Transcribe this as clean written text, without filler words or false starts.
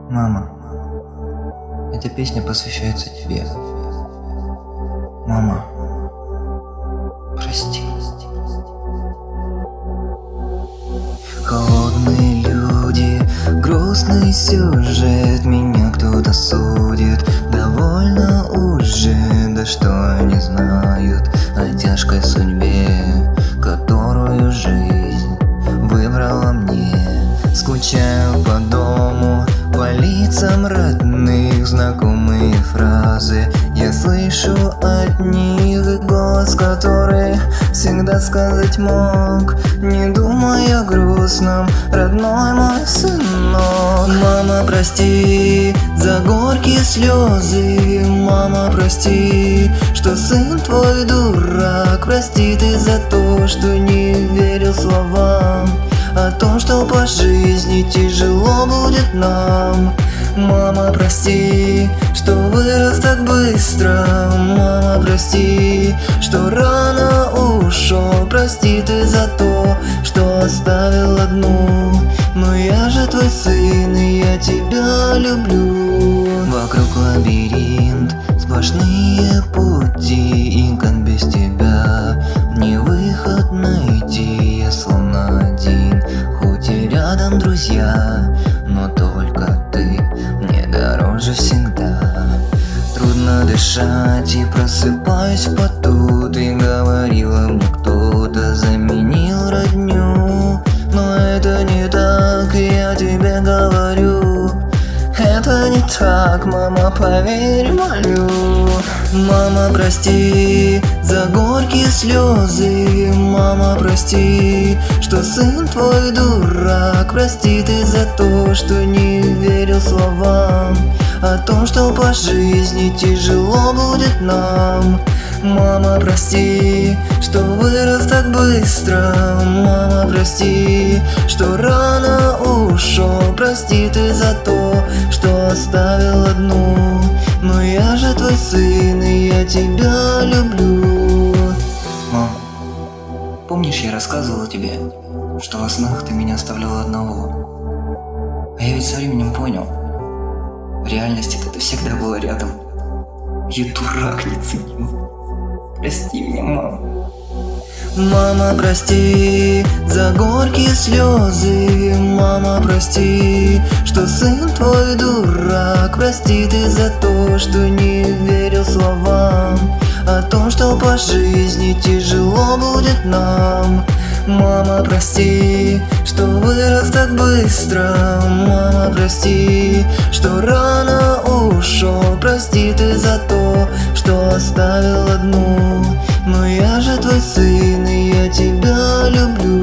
Мама, эта песня посвящается тебе. Мама, прости. Холодные люди, грустный сюжет, меня кто-то судит. Довольно уже, да что они знают о тяжкой судьбе, которую жизнь выбрала мне. Скучаю по дому, по лицам родных, знакомые фразы я слышу от них, и голос, который всегда сказать мог, не думая о грустном, родной мой сынок. Мама, прости за горькие слезы, мама, прости, что сын твой дурак, прости ты за то, что не верил словам о том, что по жизни тяжело будет нам. Мама, прости, что вырос так быстро. Мама, прости, что рано ушел. Прости ты за то, что оставил одну. Но я же твой сын, и я тебя люблю. Вокруг лабиринт, сплошные пути, и как без тебя мне выход найти. Я словно один, хоть и рядом друзья, но только ты мне дороже всегда. Трудно дышать и просыпаюсь в поту. Ты говорила мне, кто-то заменил родню, но это не так, и я тебе говорю, это не так, мама, поверь, молю. Мама, прости за горькие слезы. Мама, прости, что сын твой дурак. Прости ты за то, что не верил словам о том, что по жизни тяжело будет нам. Мама, прости, что вырос так быстро. Мама, прости, что рано ушел. Прости ты за то, что оставил одну. Но я же твой сын, и я тебя люблю. Мам, помнишь, я рассказывала тебе, что во снах ты меня оставляла одного? А я ведь со временем понял, в реальности-то ты всегда была рядом. Я дурак, не ценил. Прости меня, мама. Мама, прости за горькие слезы. Мама, прости, что сын твой дурак. Прости ты за то, что не верил словам о том, что по жизни тяжело будет нам. Мама, прости, что вырос так быстро. Мама, прости, что рано ушел. Прости ты за то, что оставил одну. Но я же твой сын, и я тебя люблю.